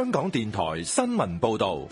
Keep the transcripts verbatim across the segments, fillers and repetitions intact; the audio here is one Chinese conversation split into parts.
香港電台新聞報道。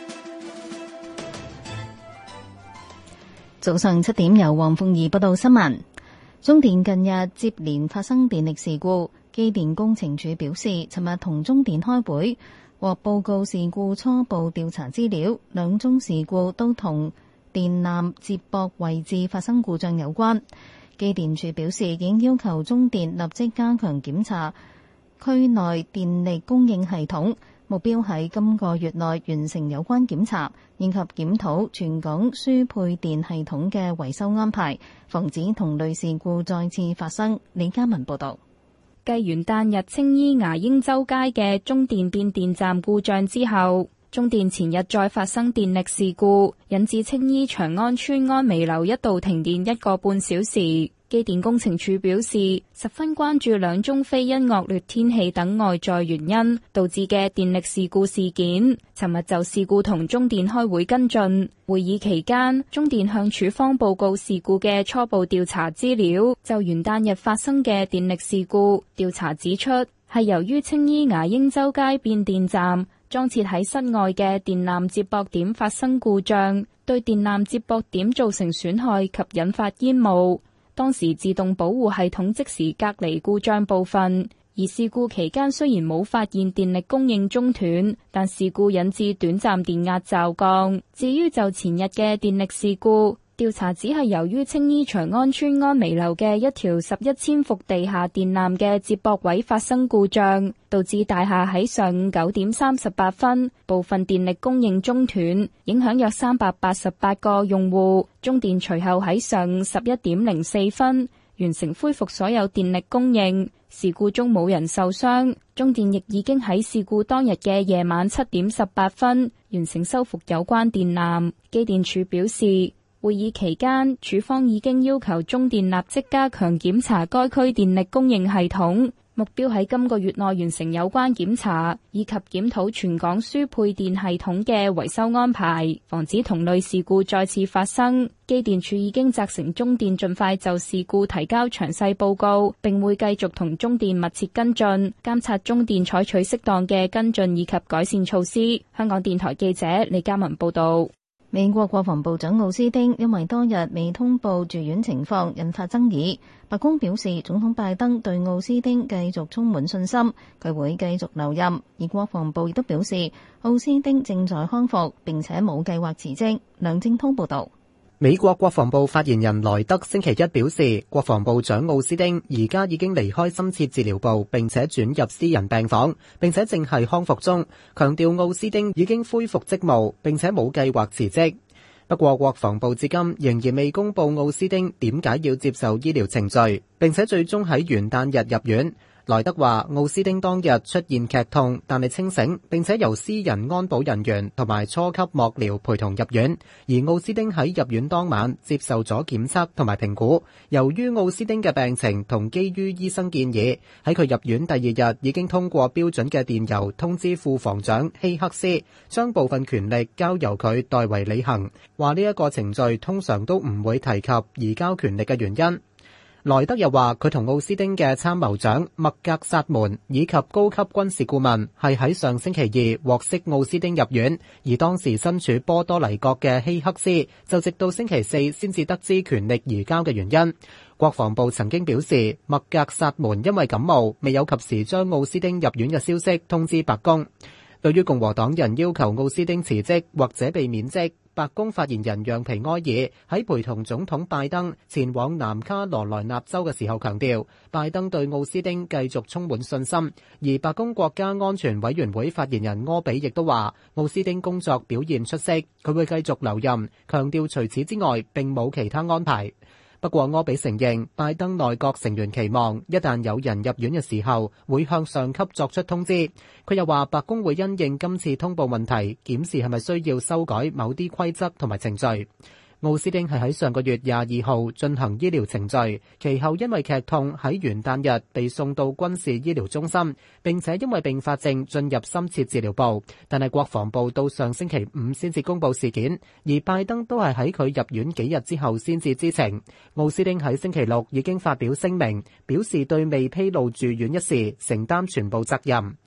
早上七點，由黃鳳儀報道新聞。中電近日接連發生電力事故，機電工程署表示，尋日同中電開會，獲報告事故初步調查資料，兩宗事故都同電纜接駁位置發生故障有關。機電署表示，已經要求中電立即加強檢查區內電力供應系統，目標喺今個月內完成有關檢查，以及檢討全港輸配電系統嘅維修安排，防止同類事故再次發生。李嘉文報道。 繼元旦日青衣牙鷹洲街嘅中電變電站故障之後，中電前日再發生電力事故，引致青衣長安邨安湄樓一度停電一個半小時。機電工程署表示，十分關注兩宗非因惡劣天氣等外在原因導致嘅電力事故事件。尋日就事故同中電開會跟進，會議期間，中電向署方報告事故嘅初步調查資料。就元旦日發生嘅電力事故，調查指出係由於青衣牙鷹洲街變電站裝設喺室外嘅電纜接駁點發生故障，對電纜接駁點造成損害及引發煙霧。當時自動保護系統即時隔離故障部分，而事故期間雖然冇發現電力供應中斷，但事故引致短暫電壓驟降。至於就前日嘅電力事故，調查只係由於青衣長安邨安湄樓嘅一條十一千伏地下電纜嘅接駁位發生故障，導致大廈喺上午九點三十八分部分電力供應中斷，影響約三百八十八個用戶。中電隨後喺上午十一點零四分完成恢復所有電力供應，事故中冇人受傷。中電亦已經喺事故當日嘅夜晚七點十八分完成修復有關電纜。機電署表示，會議期間，署方已經要求中電立即加強檢查該區電力供應系統，目標喺今個月內完成有關檢查，以及檢討全港輸配電系統嘅維修安排，防止同類事故再次發生。機電署已經責成中電盡快就事故提交詳細報告，並會繼續同中電密切跟進，監察中電採取適當嘅跟進以及改善措施。香港電台記者李嘉文報道。 美國國防部長奧斯汀因為多日未通報住院情況，引發爭議。白宮表示，總統拜登對奧斯汀繼續充滿信心，佢會繼續留任。而國防部亦都表示，奧斯汀正在康復，並且冇計劃辭職。梁正濤報道。 美國國防部發言人萊德星期一表示，國防部長奧斯汀而家已經離開深切治療部，並且轉入私人病房，並且正係康復中，強調奧斯汀已經恢復職務，並且冇計劃辭職。不過國防部至今仍然未公布奧斯汀點解要接受醫療程序，並且最終喺元旦日入院。萊德話，奧斯汀當日出現劇痛，但係清醒，並且由私人安保人員同埋初級幕僚陪同入院。而奧斯汀喺入院當晚接受咗檢測同埋評估。由於奧斯汀嘅病情同基於醫生建議，喺佢入院第二日已經通過標準嘅電郵通知副防長希克斯，將部分權力交由佢代為履行。話呢一個程序通常都唔會提及移交權力嘅原因。萊德又話，佢同奧斯汀嘅參謀長麥格薩門以及高級軍事顧問係喺上星期二獲悉奧斯汀入院，而當時身處波多黎各嘅希克斯就直到星期四先至得知權力移交嘅原因。國防部曾經表示，麥格薩門因為感冒，未有及時將奧斯汀入院嘅消息通知白宮。對於共和黨人要求奧斯汀辭職或者被免職，白宮發言人讓皮埃爾喺陪同總統拜登前往南卡羅來納州嘅時候強調，拜登對奧斯汀繼續充滿信心。而白宮國家安全委員會發言人柯比亦都話，奧斯汀工作表現出色，佢會繼續留任，強調除此之外並冇其他安排。不過柯比承認，拜登內閣成員期望一旦有人入院嘅時候，會向上級作出通知。佢又話，白宮會因應今次通報問題，檢視係咪需要修改某啲規則同埋程序。奧斯汀係喺上個月廿二號進行醫療程序，其後因為劇痛喺元旦日被送到軍事醫療中心，並且因為併發症進入深切治療部。但係國防部到上星期五先至公布事件，而拜登都係喺佢入院幾日之後先至知情。奧斯汀喺星期六已經發表聲明，表示對未披露住院一事承擔全部責任。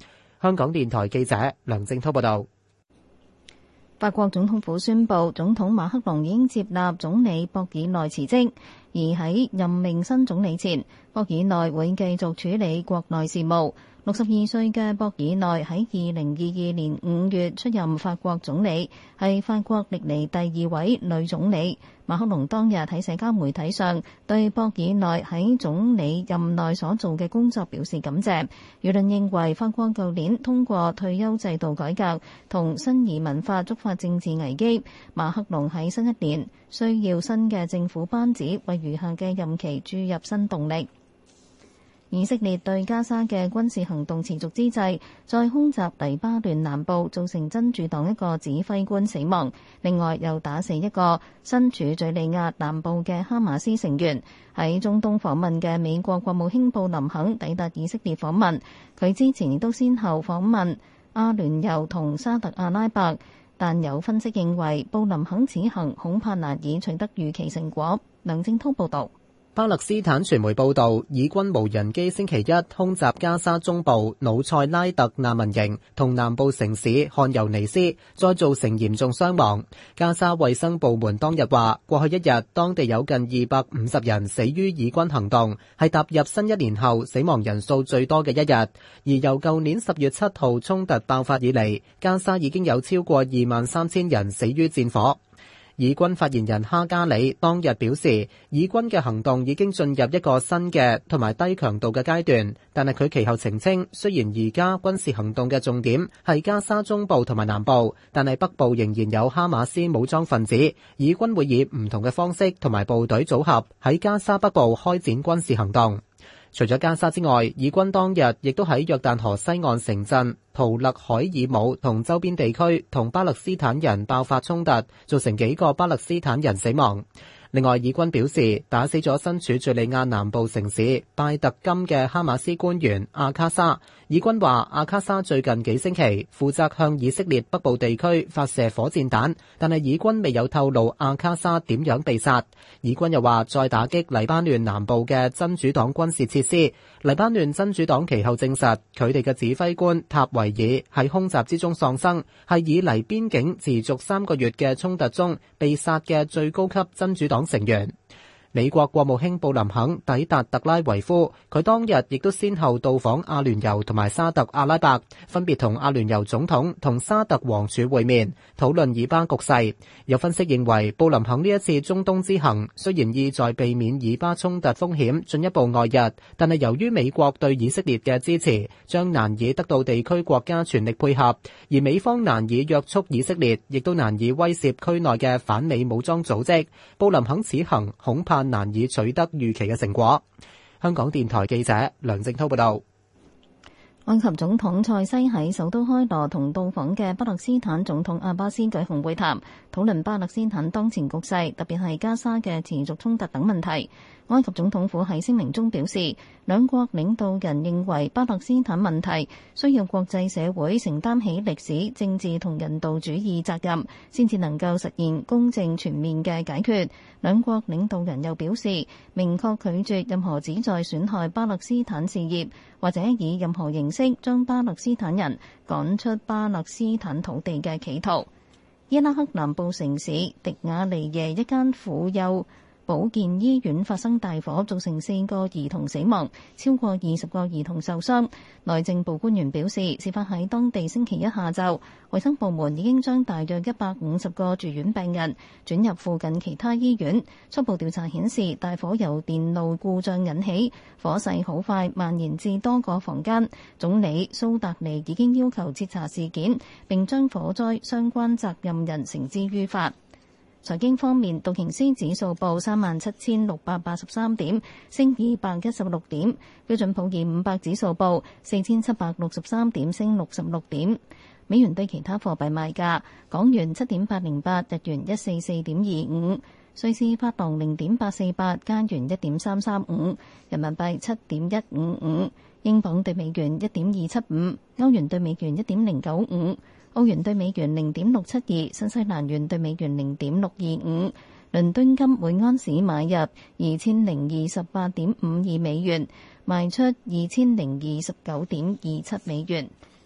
香港電台記者梁正濤報道。 法國總統府宣布，總統馬克龍已經接納總理博爾內辭職，而喺任命新總理前，博爾內會繼續處理國內事務。六十二歲嘅博爾內喺二零二二年五月出任法國總理，係法國歷嚟第二位女總理。馬克龍當日喺社交媒體上對博爾內喺總理任內所做嘅工作表示感謝。輿論認為法國舊年通過退休制度改革同新移民法觸發政治危機，馬克龍喺新一年需要新嘅政府班子為餘下嘅任期注入新動力。以色列對加沙嘅軍事行動持續之際，再空襲黎巴嫩南部，造成真主黨一個指揮官死亡，另外又打死一個身處敘利亞南部嘅哈馬斯成員。喺中東訪問嘅美國國務卿布林肯抵達以色列訪問，佢之前亦都先後訪問阿聯酋同沙特阿拉伯，但有分析認為布林肯此行恐怕難以取得預期成果。梁正濤報道。 巴勒斯坦傳媒報道，以軍無人機星期一空襲加沙中部努塞拉特難民營同南部城市漢尤尼斯，再造成嚴重傷亡。加沙衛生部門當日話，過去一日當地有近二百五十人死於以軍行動，係踏入新一年後死亡人數最多嘅一日。而由舊年十月七號衝突爆發以嚟，加沙已經有超過二萬三千人死於戰火。以軍發言人哈加里當日表示，以軍嘅行動已經進入一個新嘅同埋低強度嘅階段，但係佢其後澄清，雖然而家軍事行動嘅重點係加沙中部同埋南部，但係北部仍然有哈馬斯武裝分子，以軍會以唔同嘅方式同埋部隊組合喺加沙北部開展軍事行動。除咗加沙之外，以軍當日亦都喺約旦河西岸城鎮圖勒海爾姆同周邊地區同巴勒斯坦人爆發衝突，造成幾個巴勒斯坦人死亡。另外，以軍表示打死咗身處敘利亞南部城市拜特金嘅哈馬斯官員阿卡沙。以軍話阿卡沙最近幾星期負責向以色列北部地區發射火箭彈，但係以軍未有透露阿卡沙點樣被殺。以軍又話再打擊黎巴嫩南部嘅真主黨軍事設施。黎巴嫩真主黨其後證實佢哋嘅指揮官塔維爾喺空襲之中喪生，係以黎邊境持續三個月嘅衝突中被殺嘅最高級真主黨成員。美國國務卿布林肯抵達特拉維夫，佢當日亦都先後到訪阿聯酋同埋沙特阿拉伯，分別同阿聯酋總統同沙特王儲會面，討論以巴局勢。有分析認為，布林肯呢一次中東之行雖然意在避免以巴衝突風險進一步外溢，但係由於美國對以色列嘅支持，將難以得到地區國家全力配合，而美方難以約束以色列，亦都難以威懾區內嘅反美武裝組織。布林肯此行恐怕難以取得預期嘅成果。香港電台記者梁正濤報道。 埃及總統塞西喺首都開羅同到訪嘅巴勒斯坦總統阿巴斯舉行會談，討論巴勒斯坦當前局勢，特別係加沙嘅持續衝突等問題。埃及總統府喺聲明中表示，兩國領導人認為巴勒斯坦問題需要國際社會承擔起歷史、政治同人道主義責任，先至能夠實現公正全面嘅解決。兩國領導人又表示，明確拒絕任何旨在損害巴勒斯坦事業或者以任何形式將巴勒斯坦人趕出巴勒斯坦土地嘅企圖。伊拉克南部城市迪亞尼耶一間婦幼保健醫院發生大火，造成四個兒童死亡，超過二十個兒童受傷。內政部官員表示，事發喺當地星期一下晝，衛生部門已經將大約一百五十個住院病人轉入附近其他醫院。初步調查顯示，大火由電路故障引起，火勢好快蔓延至多個房間。總理蘇達尼已經要求徹查事件，並將火災相關責任人繩之於法。財經方面，道瓊斯指數報三萬七千六百八十三點，升二百一十六點；標準普爾五百指數報四千七百六十三點，升六十六點。美元對其他貨幣賣價：港元七點八零八，日元一四四點二五，瑞士法郎零點八四八，加元一點三三五，人民幣七點一五五，英鎊對美元一點二七五，歐元對美元一點零九五。澳元對美元零點六七二，新西蘭元對美元零點六二五，倫敦金每安士買入二千零二十八點五二美元，賣出二千零二十九點二七美元。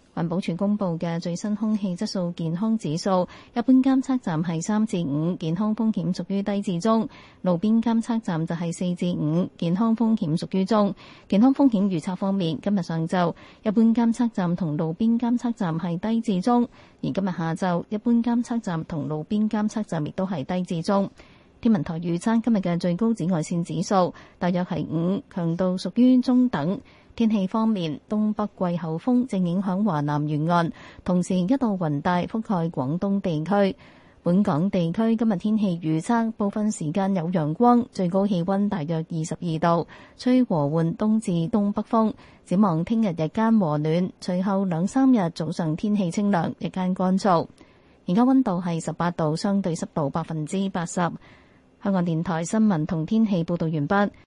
環保署公布嘅最新空氣質素健康指數，一般監測站係三至五，健康風險屬於低至中；路邊監測站就係四至五，健康風險屬於中。健康風險預測方面，今日上晝一般監測站同路邊監測站係低至中，而今日下晝一般監測站同路邊監測站亦都係低至中。天文台預測今日嘅最高紫外線指數大約係五，強度屬於中等。天氣方面，東北季候風正影響華南沿岸，同時一道雲帶覆蓋廣東地區。本港地區今日天氣預測，部分時間有陽光，最高氣溫大約二十二度，吹和緩東至東北風。展望聽日日間和暖，隨後兩三日早上天氣清涼，日間乾燥。而家溫度係十八度，相對濕度百分之八十。香港電台新聞同天氣報道完畢。